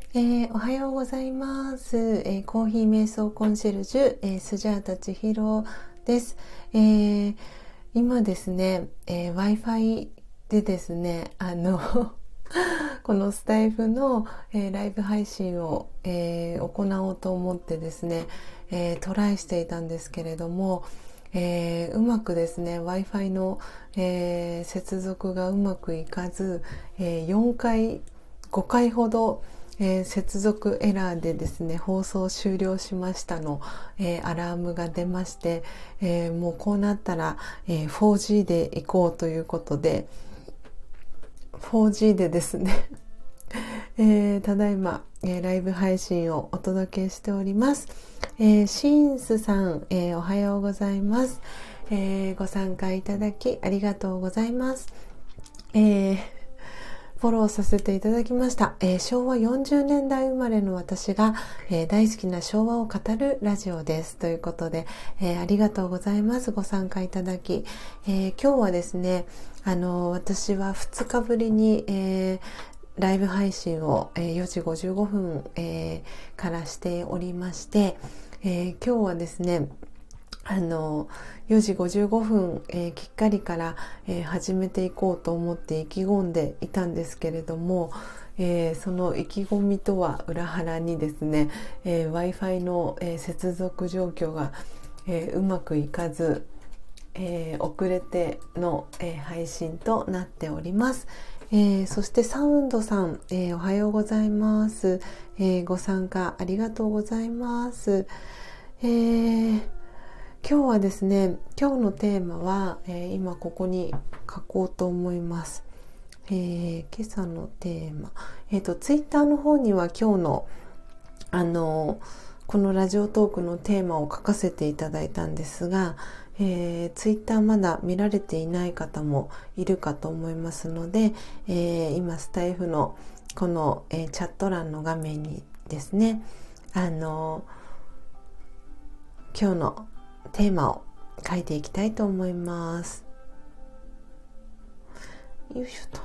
おはようございます。コーヒー瞑想コンシェルジュ、スジャータ千尋です。今ですね、Wi-Fi でですね、このスタイフの、ライブ配信を、行おうと思ってですね、トライしていたんですけれども、うまくですね Wi-Fi の、接続がうまくいかず、4回5回ほど、接続エラーでですね放送終了しましたの、アラームが出まして、もうこうなったら、4G で行こうということで 4G でですねただいま、ライブ配信をお届けしております。シンスさん、おはようございます。ご参加いただきありがとうございます。フォローさせていただきました。昭和40年代生まれの私が、大好きな昭和を語るラジオですということで、ありがとうございます。ご参加いただき、今日はですね私は2日ぶりに、ライブ配信を4時55分からしておりまして、今日はですね4時55分、きっかりから、始めていこうと思って意気込んでいたんですけれども、その意気込みとは裏腹にですね、Wi-Fi の、接続状況が、うまくいかず、遅れての、配信となっております。そしてサウンドさん、おはようございます。ご参加ありがとうございます。今日はですね、今日のテーマは、今ここに書こうと思います。今朝のテーマ、ツイッターの方には今日のこのラジオトークのテーマを書かせていただいたんですが、ツイッターまだ見られていない方もいるかと思いますので、今スタイフのこの、チャット欄の画面にですね、今日のテーマを書いていきたいと思います。よいしょと。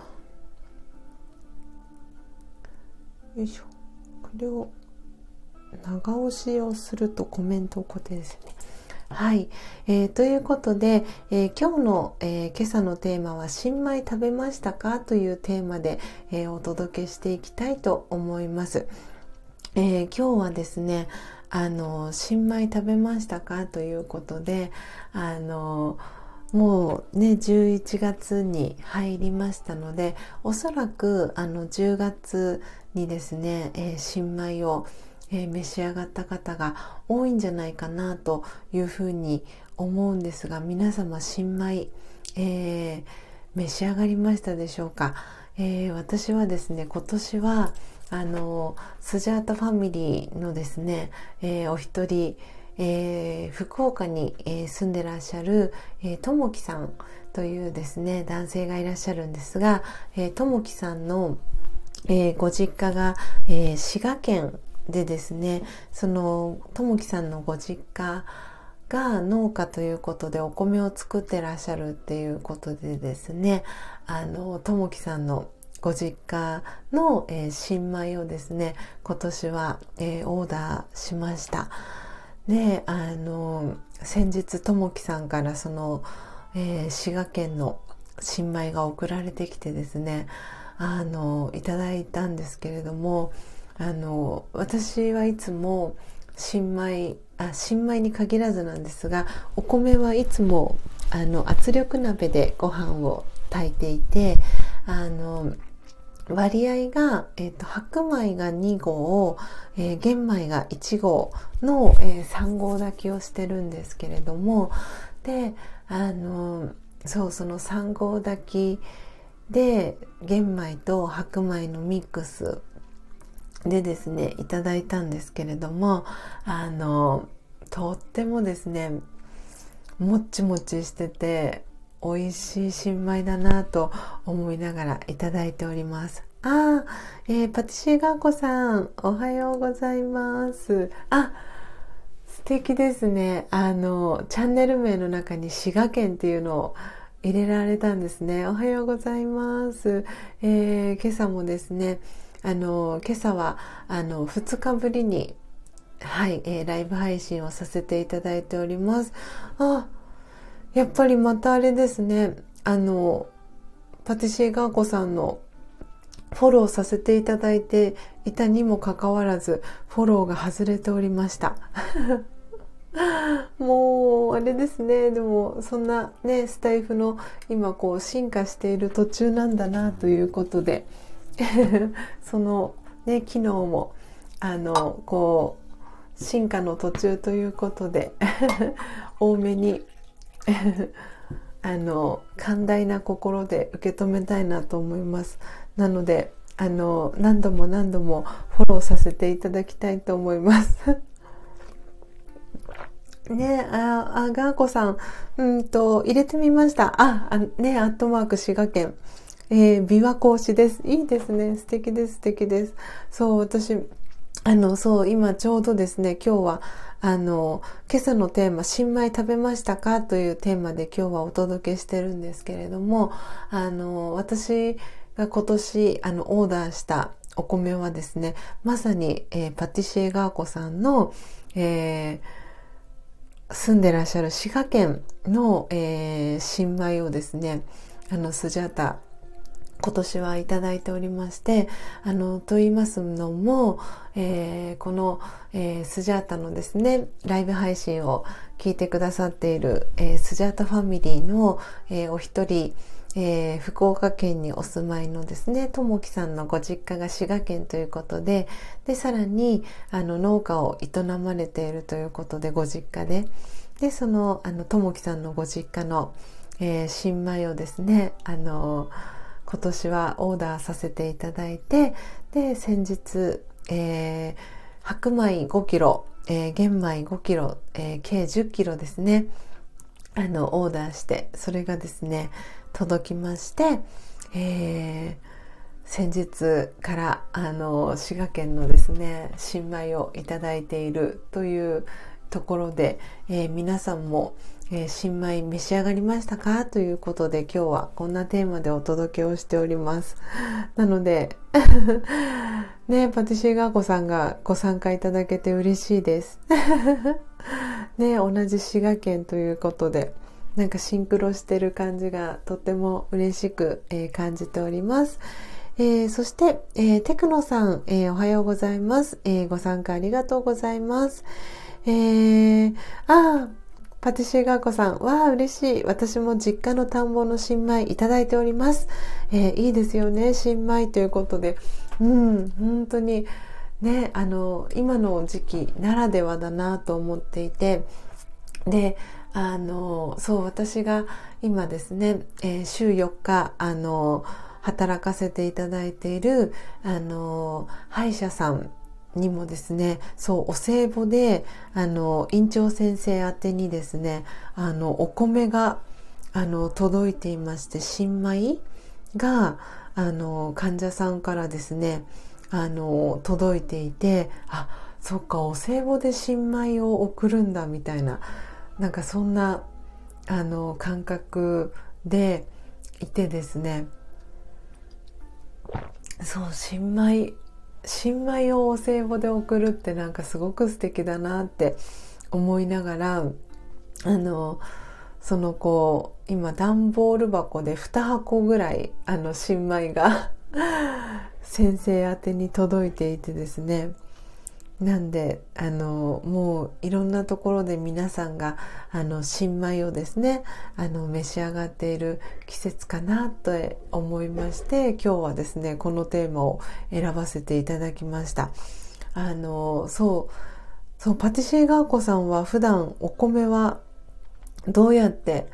よいしょ。これを長押しをするとコメントを固定ですね。はい、ということで、今日の、今朝のテーマは新米食べましたかというテーマで、お届けしていきたいと思います。今日はですね新米食べましたかということでもうね11月に入りましたので、おそらく10月にですね、新米を召し上がった方が多いんじゃないかなというふうに思うんですが、皆様新米、召し上がりましたでしょうか。私はですね今年はスジャータファミリーのですね、お一人、福岡に、住んでらっしゃる、ともきさんというですね男性がいらっしゃるんですが、ともきさんの、ご実家が、滋賀県でですね、そのともきさんのご実家が農家ということでお米を作ってらっしゃるっていうことでですね、ともきさんのご実家の、新米をですね今年は、オーダーしました。で先日ともきさんからその、滋賀県の新米が送られてきてですねいただいたんですけれども、私はいつも新米に限らずなんですが、お米はいつも圧力鍋でご飯を炊いていて、割合が、白米が2合、玄米が1合の、3合炊きをしてるんですけれども、でその3合炊きで玄米と白米のミックスでですねいただいたんですけれども、とってもですねもっちもちしてて美味しい新米だなと思いながらいただいております。パティシエガーコさんおはようございます。素敵ですね。チャンネル名の中に滋賀県っていうのを入れられたんですね。おはようございます。今朝もですね今朝は2日ぶりにはい、ライブ配信をさせていただいております。やっぱりまたあれですね、パティシエガーコさんのフォローさせていただいていたにもかかわらず、フォローが外れておりました。もうあれですね、でもそんなね、スタイフの今こう進化している途中なんだなということでそのね、機能もこう進化の途中ということで多めに寛大な心で受け止めたいなと思います。なので何度も何度もフォローさせていただきたいと思いますね。ガーコさん入れてみました。ね、アットマーク滋賀県、琵琶湖推しです。いいですね、素敵です、素敵です。そう、私そう今ちょうどですね、今日は今朝のテーマ、新米食べましたかというテーマで今日はお届けしてるんですけれども、私が今年オーダーしたお米はですね、まさに、パティシエガーコさんの、住んでらっしゃる滋賀県の、新米をですね、スジャータ今年はいただいておりまして、と言いますのも、この、スジャータのですね、ライブ配信を聞いてくださっている、スジャータファミリーの、お一人、福岡県にお住まいのですね、ともきさんのご実家が滋賀県ということで、さらに農家を営まれているということで、ご実家で、そのともきさんのご実家の、新米をですね、今年はオーダーさせていただいて、先日、白米5キロ、玄米5キロ、計10キロですね、オーダーして、それがですね届きまして、先日から滋賀県のですね新米をいただいているというところで、皆さんも、新米召し上がりましたかということで、今日はこんなテーマでお届けをしております。なのでね、パティシエガーコさんがご参加いただけて嬉しいですね、同じ滋賀県ということで、なんかシンクロしてる感じがとても嬉しく、感じております。そして、テクノさん、おはようございます。ご参加ありがとうございます。パティシエガーコさん、わあ嬉しい。私も実家の田んぼの新米いただいております。いいですよね、新米ということで、本当にね、今の時期ならではだなと思っていて、で、そう私が今ですね、週4日働かせていただいている歯医者さんにもですね、そうお歳暮で院長先生宛てにですねお米が届いていまして、新米が患者さんからですね届いていて、そっか、お歳暮で新米を送るんだみたいな、なんかそんな感覚でいてですね、そう新米をお歳暮で送るってなんかすごく素敵だなって思いながら、そのこう今段ボール箱で2箱ぐらい新米が先生宛てに届いていてですね、なんでもういろんなところで皆さんが新米をですね召し上がっている季節かなと思いまして、今日はですねこのテーマを選ばせていただきました。そうパティシエガーコさんは普段お米はどうやって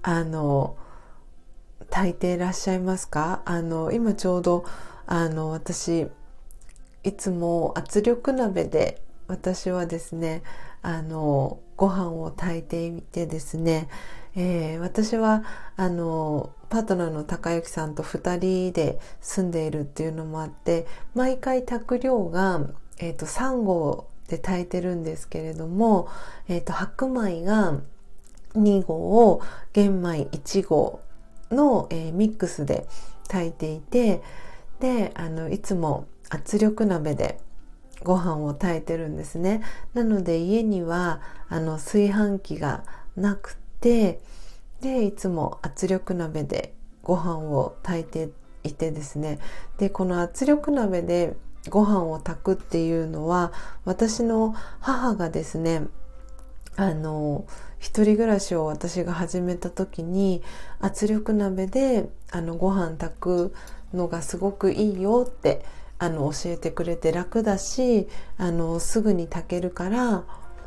炊いていらっしゃいますか？今ちょうど私いつも圧力鍋で私はですねご飯を炊いていてですね、私はパートナーの高幸さんと2人で住んでいるっていうのもあって、毎回炊く量が、3合で炊いてるんですけれども、白米が2合、玄米1合の、ミックスで炊いていて、でいつも圧力鍋でご飯を炊いてるんですね。なので家には炊飯器がなくて、でいつも圧力鍋でご飯を炊いていてですね、でこの圧力鍋でご飯を炊くっていうのは、私の母がですね、一人暮らしを私が始めた時に圧力鍋でご飯炊くのがすごくいいよって教えてくれて、楽だしすぐに炊けるから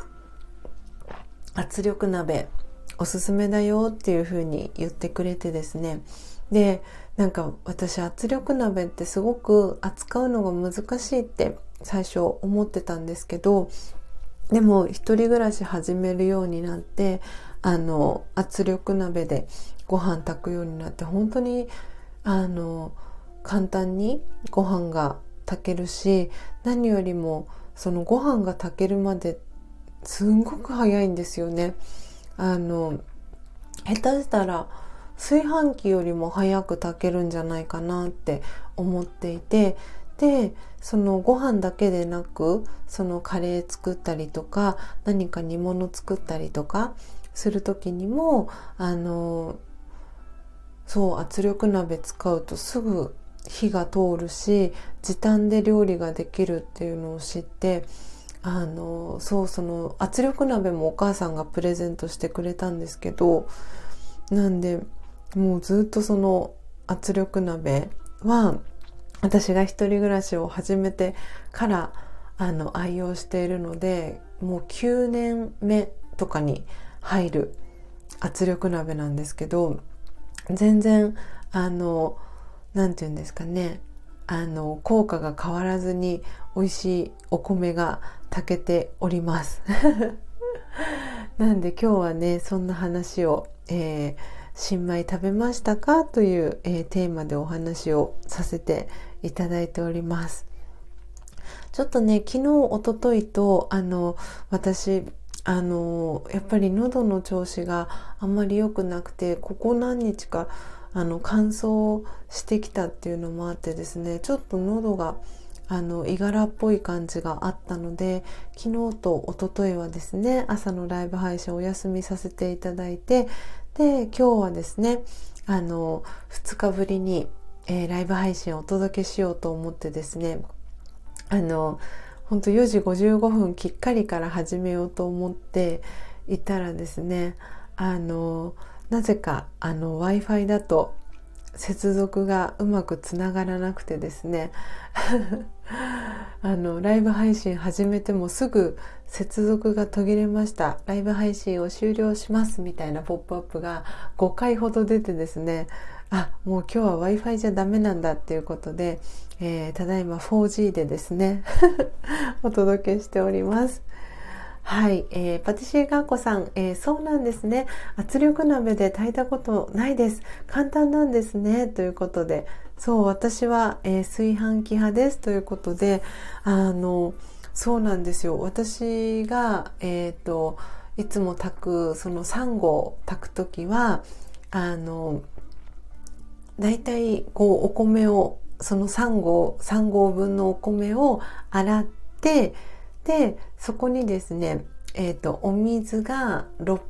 圧力鍋おすすめだよっていう風に言ってくれてですね、でなんか私圧力鍋ってすごく扱うのが難しいって最初思ってたんですけど、でも一人暮らし始めるようになって圧力鍋でご飯炊くようになって、本当に簡単にご飯が炊けるし、何よりもそのご飯が炊けるまですんごく早いんですよね。下手したら炊飯器よりも早く炊けるんじゃないかなって思っていて、でそのご飯だけでなく、そのカレー作ったりとか何か煮物作ったりとかする時にもそう圧力鍋使うとすぐ火が通るし、時短で料理ができるっていうのを知って、その圧力鍋もお母さんがプレゼントしてくれたんですけど、なんでもうずっとその圧力鍋は私が一人暮らしを始めてから愛用しているので、もう9年目とかに入る圧力鍋なんですけど、全然なんていうんですかね、効果が変わらずに美味しいお米が炊けておりますなんで今日はね、そんな話を、新米食べましたかという、テーマでお話をさせていただいております。ちょっとね、昨日一昨日と私やっぱり喉の調子があんまり良くなくて、ここ何日か乾燥してきたっていうのもあってですね、ちょっと喉がいがらっぽい感じがあったので、昨日と一昨日はですね、朝のライブ配信お休みさせていただいて、で今日はですね2日ぶりに、ライブ配信をお届けしようと思ってですね、本当4時55分きっかりから始めようと思っていたらですね、なぜかWi-Fi だと接続がうまくつながらなくてですねライブ配信始めてもすぐ接続が途切れました、ライブ配信を終了しますみたいなポップアップが5回ほど出てですね、もう今日は Wi-Fi じゃダメなんだっていうことで、ただいま 4G でですねお届けしております。はい、パティシエガーコさん、そうなんですね、圧力鍋で炊いたことないです、簡単なんですねということで、そう私は、炊飯器派ですということで、そうなんですよ。私が、いつも炊くその3合炊くときはだいたいこうお米をその3合分のお米を洗って、でそこにですね、お水が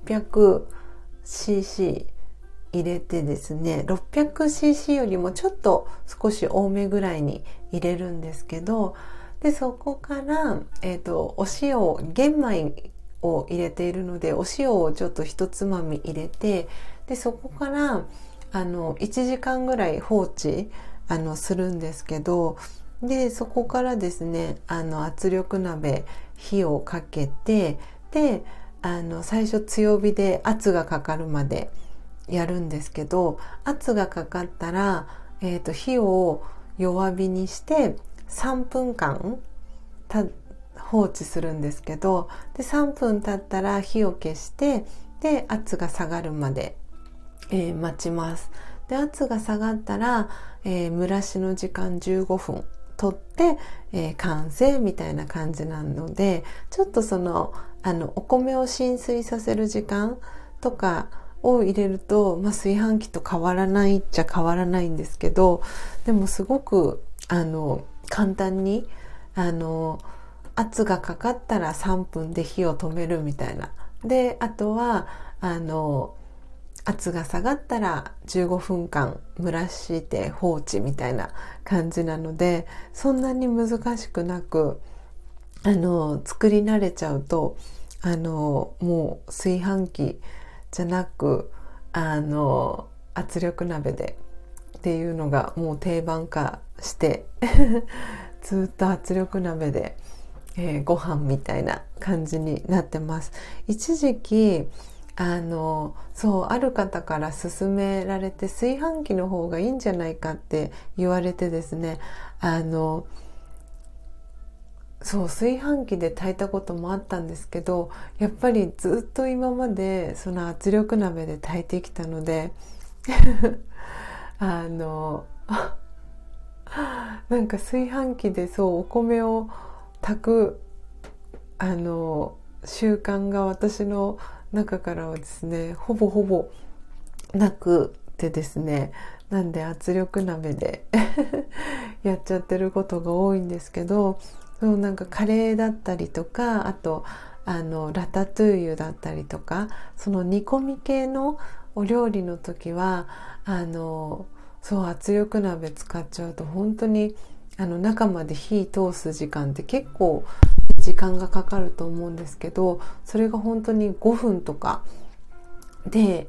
600cc 入れてですね、 600cc よりもちょっと少し多めぐらいに入れるんですけど、でそこから、お塩を玄米を入れているので、お塩をちょっと一つまみ入れて、でそこから1時間ぐらい放置するんですけど、でそこからですね圧力鍋火をかけて、で最初強火で圧がかかるまでやるんですけど、圧がかかったら、火を弱火にして3分間放置するんですけど、で3分経ったら火を消して、で圧が下がるまで、待ちます。で圧が下がったら、蒸らしの時間15分取って、完成みたいな感じなので、ちょっとそのお米を浸水させる時間とかを入れると、炊飯器と変わらないっちゃ変わらないんですけど、でもすごく簡簡単に圧がかかったら3分で火を止めるみたいな。であとは圧が下がったら15分間蒸らして放置みたいな感じなので、そんなに難しくなく作り慣れちゃうともう炊飯器じゃなく圧力鍋でっていうのがもう定番化してずっと圧力鍋で、ご飯みたいな感じになってます。一時期ある方から勧められて、炊飯器の方がいいんじゃないかって言われてですね、炊飯器で炊いたこともあったんですけど、やっぱりずっと今までその圧力鍋で炊いてきたのでなんか炊飯器でお米を炊く習慣が私の中からはですねほぼなくてですね、なんで圧力鍋でやっちゃってることが多いんですけど、なんかカレーだったりとか、あとラタトゥーユだったりとか、その煮込み系のお料理の時は圧力鍋使っちゃうと本当に中まで火通す時間って結構時間がかかると思うんですけど、それが本当に5分とかで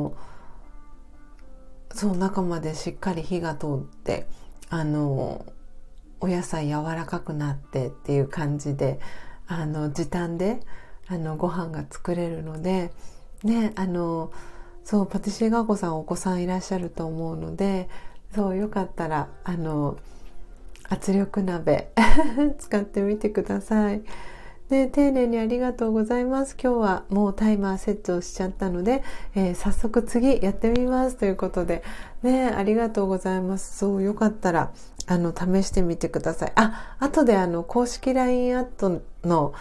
中までしっかり火が通ってお野菜柔らかくなってっていう感じで時短でご飯が作れるのでね、パティシエガーコさんお子さんいらっしゃると思うので、よかったら圧力鍋使ってみてください。で、丁寧にありがとうございます。今日はもうタイマーセットしちゃったので、早速次やってみますということでね、ありがとうございます。よかったら試してみてください。後で公式 LINE アットの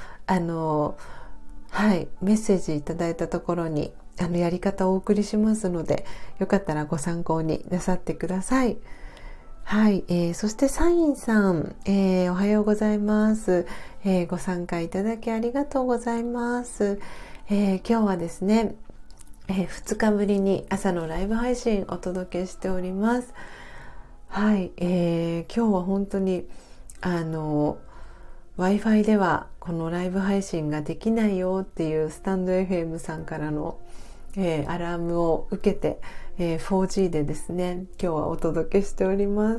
メッセージいただいたところにやり方をお送りしますので、よかったらご参考になさってください。そしてサインさん、おはようございます。ご参加いただきありがとうございます。今日はですね、2日ぶりに朝のライブ配信お届けしております。今日は本当にWi-Fi ではこのライブ配信ができないよっていうスタンド FM さんからの、アラームを受けて、4G でですね今日はお届けしております。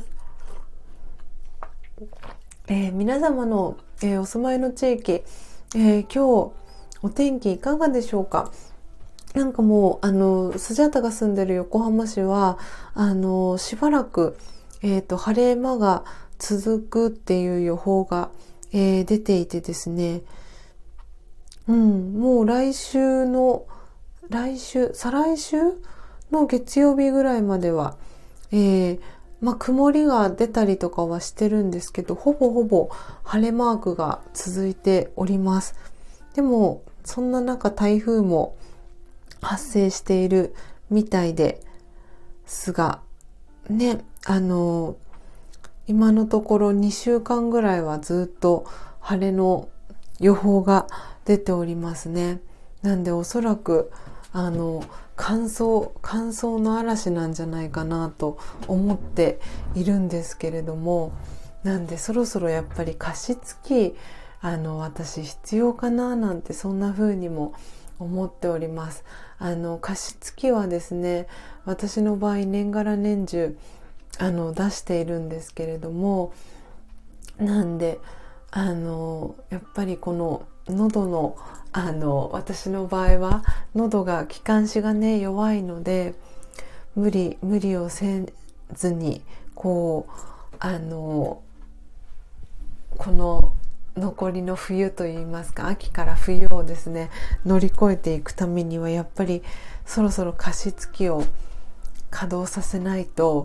皆様の、お住まいの地域、今日お天気いかがでしょうか。なんかもうスジャータが住んでる横浜市はしばらく、晴れ間が続くっていう予報が、出ていてですね、もう再来週の月曜日ぐらいまでは、曇りが出たりとかはしてるんですけど、ほぼ晴れマークが続いております。でもそんな中台風も発生しているみたいですがね、今のところ2週間ぐらいはずっと晴れの予報が出ておりますね。なんでおそらく乾燥の嵐なんじゃないかなと思っているんですけれども、なんでそろそろやっぱり加湿器私必要かななんて、そんな風にも思っております。加湿器はですね、私の場合年がら年中出しているんですけれども、なんでやっぱりこの喉の私の場合は喉が気管支がね弱いので、無理をせずにこの残りの冬といいますか、秋から冬をですね乗り越えていくためには、やっぱりそろそろ加湿器を稼働させないと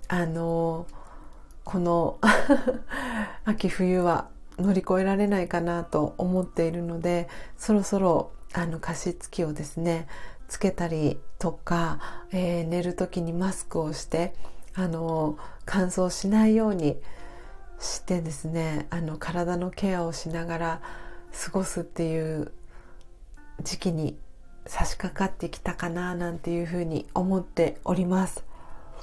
この秋冬は乗り越えられないかなと思っているので、そろそろ加湿器をですねつけたりとか、寝る時にマスクをして乾燥しないようにしてですね、体のケアをしながら過ごすっていう時期に差し掛かってきたかななんていうふうに思っております。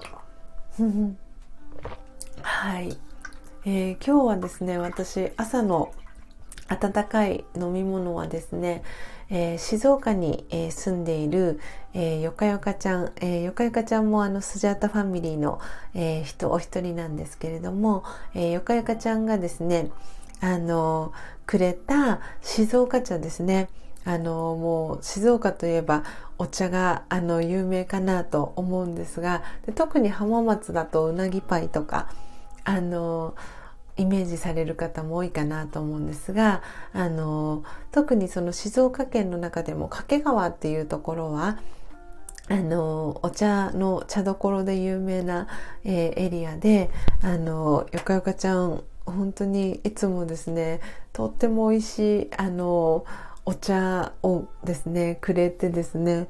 はい、今日はですね、私朝の温かい飲み物はですね、静岡に、住んでいる、よかよかちゃん、よかよかちゃんもスジャータファミリーの、お一人なんですけれども、よかよかちゃんがですね、くれた静岡茶ですね。もう静岡といえばお茶が有名かなと思うんですが、で特に浜松だとうなぎパイとかイメージされる方も多いかなと思うんですが、特にその静岡県の中でも掛川っていうところはお茶の茶どころで有名な、エリアでよかよかちゃん本当にいつもですね、とっても美味しいお茶をですねくれてですね、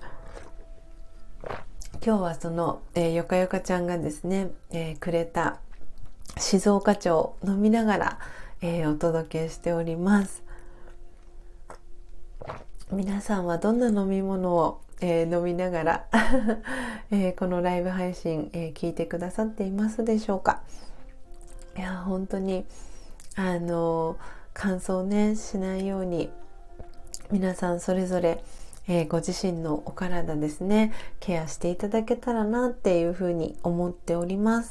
今日はその、よかよかちゃんがですね、くれた静岡茶を飲みながら、お届けしております。皆さんはどんな飲み物を、飲みながら、このライブ配信、聞いてくださっていますでしょうか。いや本当に乾燥ねしないように皆さんそれぞれ、ご自身のお体ですねケアしていただけたらなっていうふうに思っております。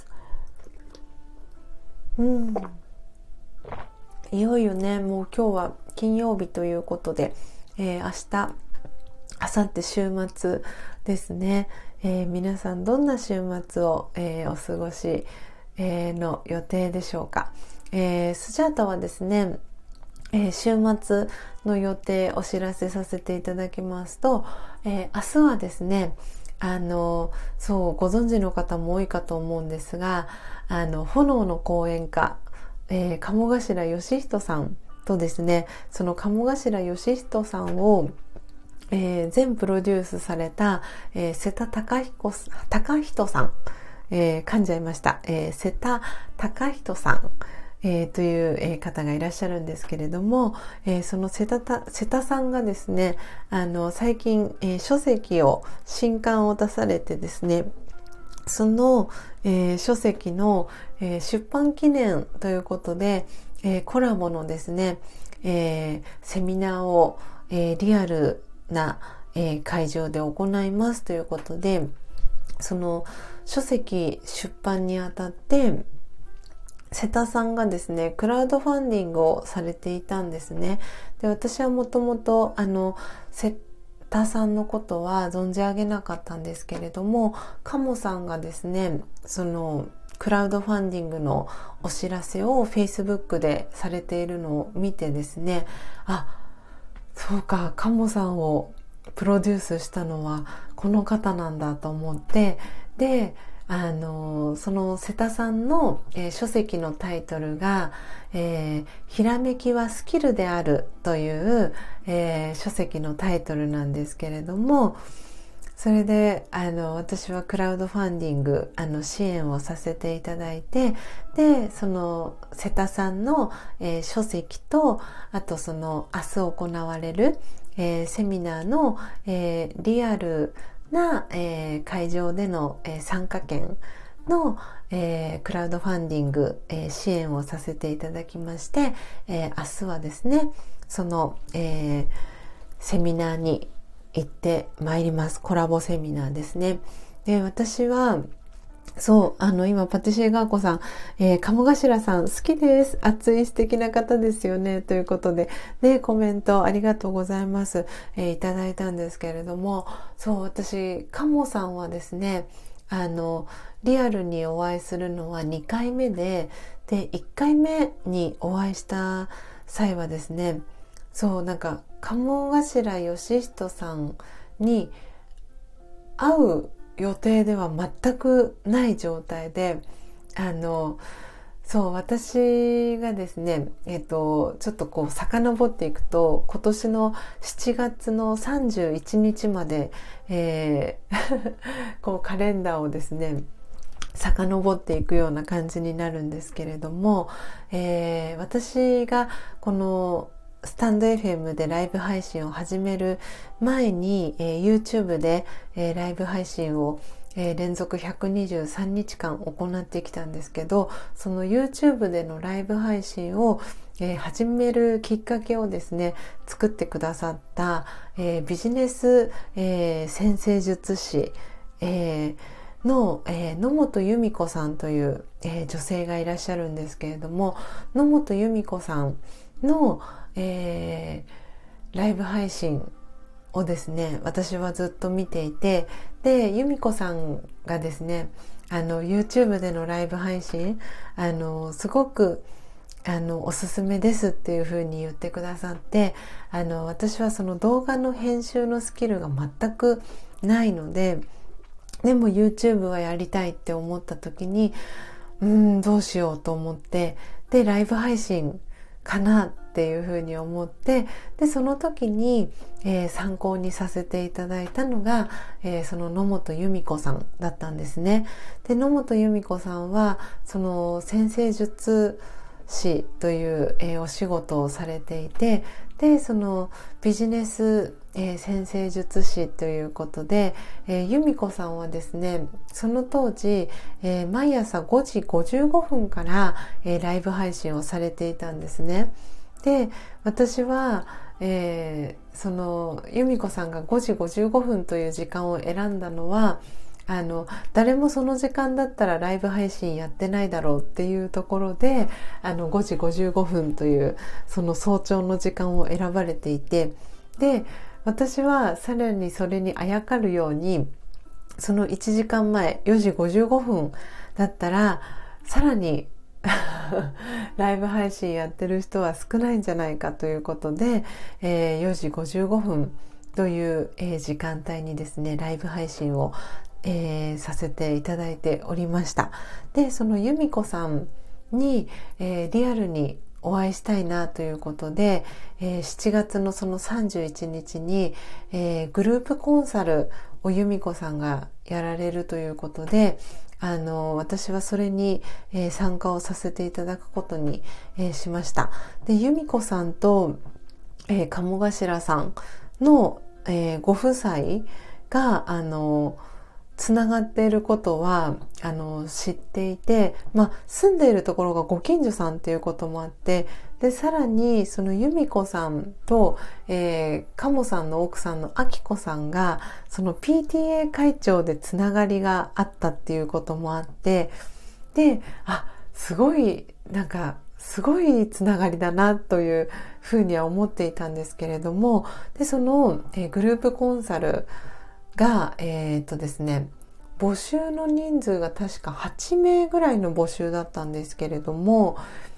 いよいよね、もう今日は金曜日ということで、明日明後日週末ですね、皆さんどんな週末を、お過ごし、の予定でしょうか。スジャータはですね、週末の予定お知らせさせていただきますと、明日はですねそうご存知の方も多いかと思うんですが、炎の講演家、鴨頭義人さんとですね、その鴨頭義人さんを、全プロデュースされた、瀬田貴人さん、噛んじゃいました、瀬田貴人さんという、方がいらっしゃるんですけれども、その瀬田さんがですね最近、書籍を新刊を出されてですね、その、書籍の、出版記念ということで、コラボのですね、セミナーを、リアルな、会場で行いますということで、その書籍出版にあたって瀬田さんがですねクラウドファンディングをされていたんですね。で私はもともと瀬田さんのことは存じ上げなかったんですけれども、鴨さんがですねそのクラウドファンディングのお知らせを Facebook でされているのを見てですね、そうか、鴨さんをプロデュースしたのはこの方なんだと思って、でその瀬田さんの、書籍のタイトルが、ひらめきはスキルであるという、書籍のタイトルなんですけれども、それで私はクラウドファンディング支援をさせていただいて、でその瀬田さんの、書籍と、あとその明日行われる、セミナーの、リアルな、会場での、参加券の、クラウドファンディング、支援をさせていただきまして、明日はですねその、セミナーに行ってまいります。コラボセミナーですね。で私はそう今パティシエガーコさん、鴨頭さん好きです、熱い素敵な方ですよねということで、コメントありがとうございます、いただいたんですけれども、そう私鴨さんはですねリアルにお会いするのは2回目で1回目にお会いした際はですね、そうなんか鴨頭義人さんに会う予定では全くない状態で、そう私がですね、ちょっとこう遡っていくと、今年の7月の31日まで、こうカレンダーをですね遡っていくような感じになるんですけれども、私がこのスタンド FM でライブ配信を始める前に、YouTube で、ライブ配信を、連続123日間行ってきたんですけど、その YouTube でのライブ配信を、始めるきっかけをですね作ってくださった、ビジネス、占星術師、の、野本由美子さんという、女性がいらっしゃるんですけれども、野本由美子さんの、ライブ配信をですね私はずっと見ていて、で由美子さんがですねYouTube でのライブ配信すごくおすすめですっていう風に言ってくださって、私はその動画の編集のスキルが全くないので、でも YouTube はやりたいって思った時にどうしようと思って、でライブ配信かなっていうふうに思って、でその時に、参考にさせていただいたのが、その野本由美子さんだったんですね。で野本由美子さんはその占星術師という、お仕事をされていて、でそのビジネス、占星術師ということで、由美子さんはですねその当時、毎朝5時55分から、ライブ配信をされていたんですね。で私は、その由美子さんが5時55分という時間を選んだのは誰もその時間だったらライブ配信やってないだろうっていうところで5時55分というその早朝の時間を選ばれていて、で私はさらにそれにあやかるようにその1時間前4時55分だったらさらにライブ配信やってる人は少ないんじゃないかということで、4時55分という、時間帯にですねライブ配信をさせていただいておりました。でその由美子さんに、リアルにお会いしたいなということで、7月のその31日に、グループコンサルを由美子さんがやられるということで私はそれに、参加をさせていただくことに、しました。で由美子さんと、鴨頭さんの、ご夫妻がつながっていることは知っていて、住んでいるところがご近所さんっていうこともあって、でさらにその由美子さんと、鴨さんの奥さんの明子さんがその PTA 会長でつながりがあったっていうこともあって、ですごいつながりだなというふうには思っていたんですけれども、でその、グループコンサルがですね募集の人数が確か8名ぐらいの募集だったんですけれども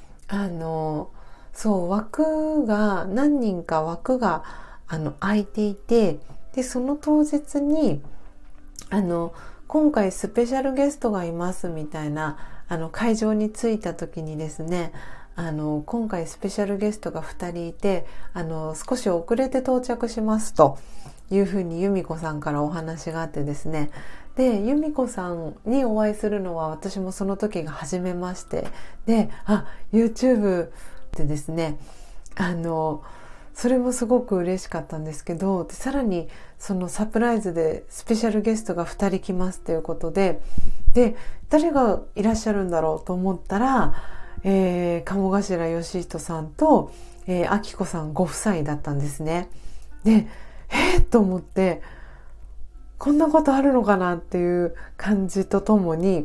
何人か枠が空いていて、でその当日に今回スペシャルゲストがいますみたいな会場に着いた時にですね今回スペシャルゲストが2人いて少し遅れて到着しますというふうに由美子さんからお話があってですね、で由美子さんにお会いするのは私もその時が初めましてでYouTube でですねそれもすごく嬉しかったんですけど、でさらにそのサプライズでスペシャルゲストが2人来ますということで誰がいらっしゃるんだろうと思ったら、鴨頭義人さんと、明子さんご夫妻だったんですね。でと思ってこんなことあるのかなっていう感じとともに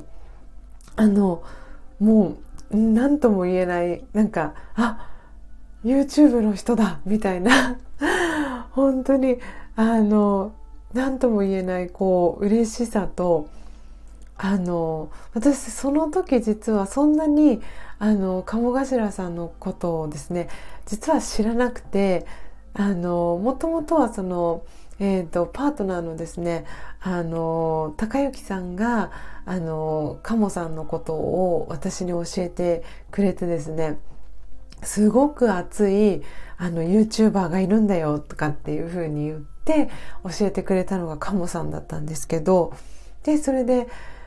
もう何とも言えないYouTube の人だみたいな本当に何とも言えない嬉しさと私その時実はそんなに鴨頭さんのことをですね実は知らなくてもともとはそのパートナーのですね高幸さんが鴨さんのことを私に教えてくれてですねすごく熱いYouTuber がいるんだよとかっていう風に言って教えてくれたのが鴨さんだったんですけど、でそれで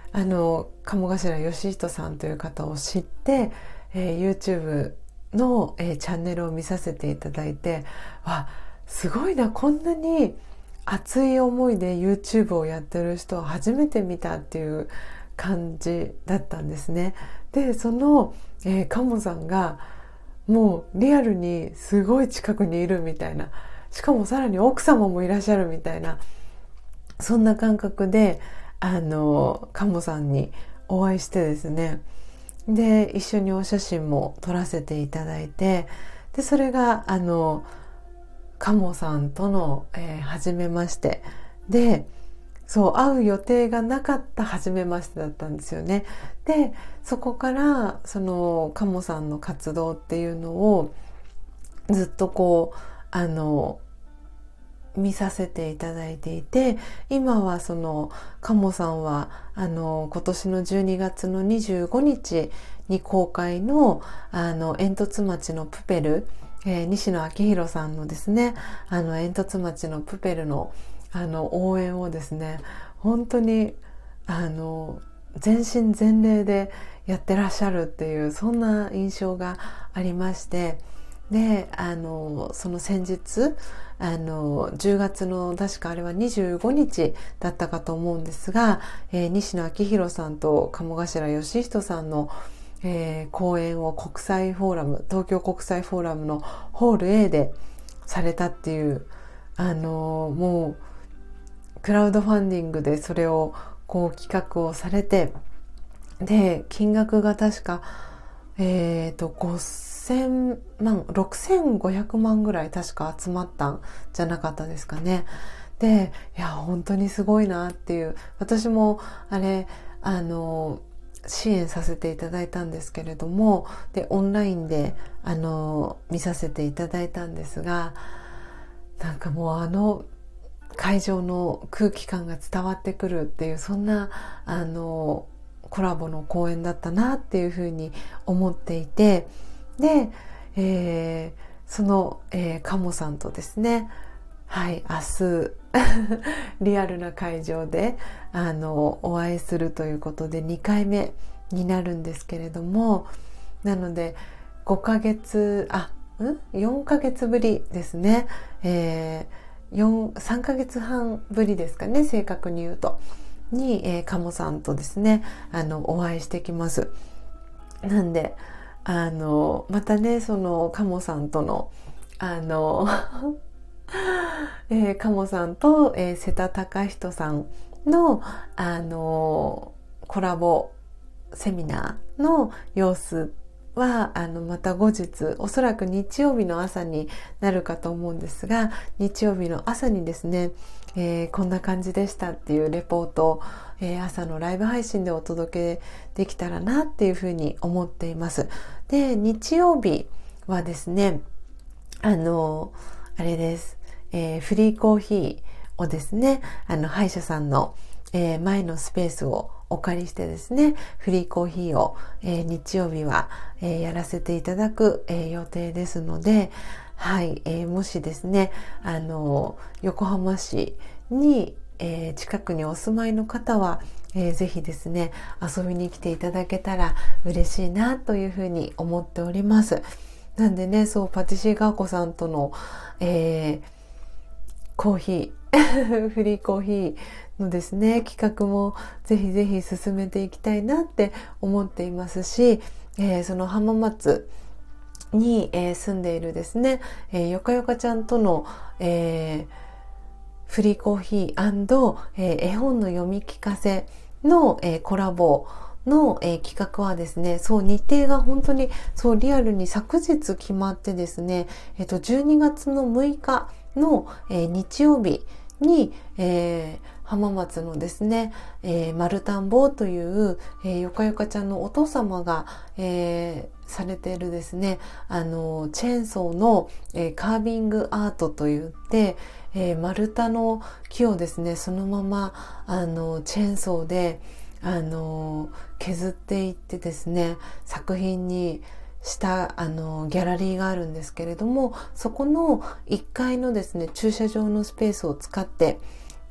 鴨頭義人さんという方を知って、YouTube の、チャンネルを見させていただいて、すごいな、こんなに熱い思いで YouTube をやってる人を初めて見たっていう感じだったんですね。でその、鴨さんがもうリアルにすごい近くにいるみたいな、しかもさらに奥様もいらっしゃるみたいな、そんな感覚で鴨さんにお会いしてですね、で一緒にお写真も撮らせていただいて、でそれが鴨さんとの、初めましてで、そう会う予定がなかった初めましてだったんですよね。でそこからその鴨さんの活動っていうのをずっとこう見させていただいていて、今はその鴨さんは今年の12月の25日に公開の煙突町のプペル、西野昭弘さんのですね煙突町のプペルの応援をですね、本当に全身全霊でやってらっしゃるっていう、そんな印象がありまして、でその先日10月の確かあれは25日だったかと思うんですが、西野昭弘さんと鴨頭義人さんの、講演を国際フォーラム、東京国際フォーラムのホール A でされたっていう、もうクラウドファンディングでそれをこう企画をされて、で金額が確か5000万6500万ぐらい確か集まったんじゃなかったですかね。でいや本当にすごいなっていう、私もあれ支援させていただいたんですけれども、でオンラインで見させていただいたんですが、なんかもう会場の空気感が伝わってくるっていう、そんなコラボの公演だったなっていうふうに思っていて、で、その、鴨さんとですね、はい、明日リアルな会場でお会いするということで2回目になるんですけれども、なので4ヶ月ぶりですね、3ヶ月半ぶりですかね、正確に言うとに、鴨さんとですねお会いしてきます。なんでまたね、その鴨さんとの鴨さんと、瀬田隆人さんのコラボセミナーの様子はまた後日、おそらく日曜日の朝になるかと思うんですが、日曜日の朝にですね、こんな感じでしたっていうレポートを、朝のライブ配信でお届けできたらなっていうふうに思っています。で日曜日はですねあれです、フリーコーヒーをですね歯医者さんの、前のスペースをお借りしてですね、フリーコーヒーを、日曜日は、やらせていただく、予定ですので、はい、もしですね横浜市に、近くにお住まいの方は、ぜひですね遊びに来ていただけたら嬉しいなというふうに思っております。なんでね、そうパティシエガーコさんとの、コーヒーフリーコーヒーのですね企画もぜひぜひ進めていきたいなって思っていますし、その浜松に、住んでいるですね、よかよかちゃんとの、フリーコーヒー&、絵本の読み聞かせの、コラボの、企画はですね、そう日程が本当にそうリアルに昨日決まってですね、12月の6日の、日曜日に、浜松のですね、丸田んぼという、よかよかちゃんのお父様が、されているですねチェーンソーの、カービングアートといって、丸太の木をですねそのままチェーンソーで削っていってですね作品にしたギャラリーがあるんですけれども、そこの1階のですね駐車場のスペースを使って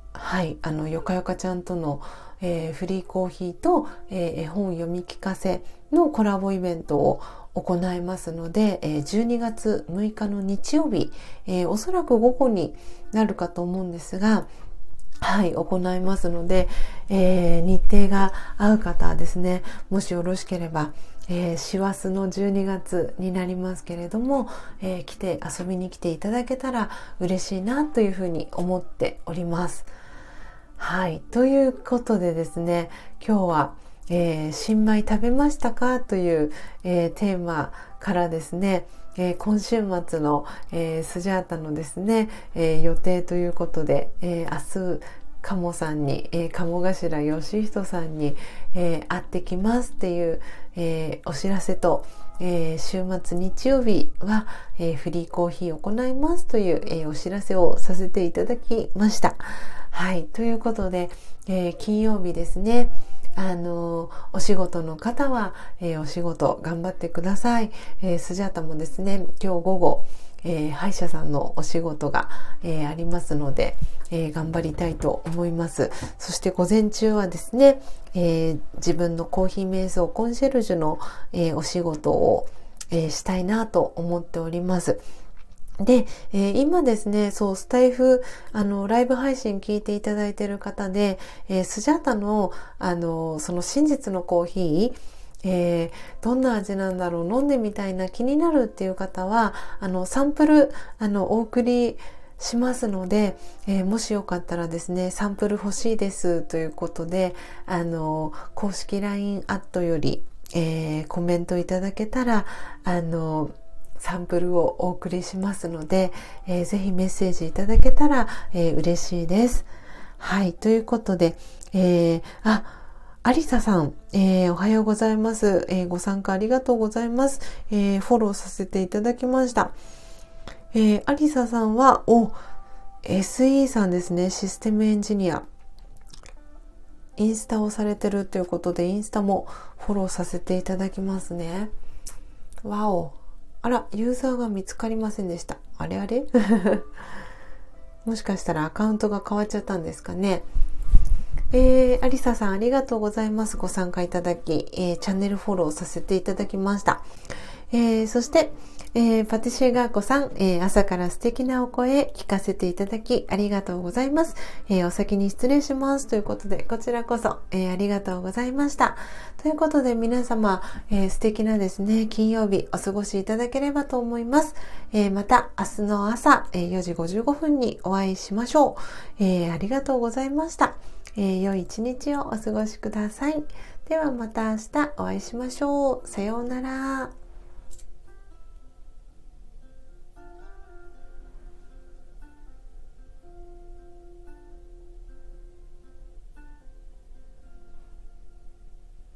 はい、よかよかちゃんとの、フリーコーヒーと、絵本読み聞かせのコラボイベントを行いますので、12月6日の日曜日、おそらく午後になるかと思うんですが、はい、行いますので、日程が合う方はですね、もしよろしければ、師走の12月になりますけれども、遊びに来ていただけたら嬉しいなというふうに思っております。はい、ということでですね、今日は、新米食べましたかという、テーマからですね、今週末の、スジャータのですね、予定ということで、明日鴨さんに、鴨頭義人さんに、会ってきますっていう、お知らせと、週末日曜日は、フリーコーヒーを行いますという、お知らせをさせていただきました。はい、ということで、金曜日ですね、お仕事の方は、お仕事頑張ってください。スジャータもですね、今日午後、歯医者さんのお仕事が、ありますので、頑張りたいと思います。そして午前中はですね、自分のコーヒー瞑想コンシェルジュの、お仕事を、したいなと思っております。で、今ですね、そう、スタイフ、ライブ配信聞いていただいている方で、スジャータの、その真実のコーヒー、どんな味なんだろう、飲んでみたいな、気になるっていう方は、サンプル、お送りしますので、もしよかったらですね、サンプル欲しいですということで、公式 LINE アットより、コメントいただけたら、サンプルをお送りしますので、ぜひメッセージいただけたら、嬉しいです。はい、ということで、アリサさん、おはようございます。ご参加ありがとうございます。フォローさせていただきました。アリサさんは、SE さんですね、システムエンジニア。インスタをされてるということで、インスタもフォローさせていただきますね。わお。あら、ユーザーが見つかりませんでした。あれもしかしたらアカウントが変わっちゃったんですかね。アリサさんありがとうございます。ご参加いただき、チャンネルフォローさせていただきました。そして、パティシエガーコさん、朝から素敵なお声聞かせていただきありがとうございます。お先に失礼しますということで、こちらこそ、ありがとうございました。ということで皆様、素敵なですね、金曜日お過ごしいただければと思います。また明日の朝、4時55分にお会いしましょう。ありがとうございました。良い一日をお過ごしください。ではまた明日お会いしましょう。さようなら。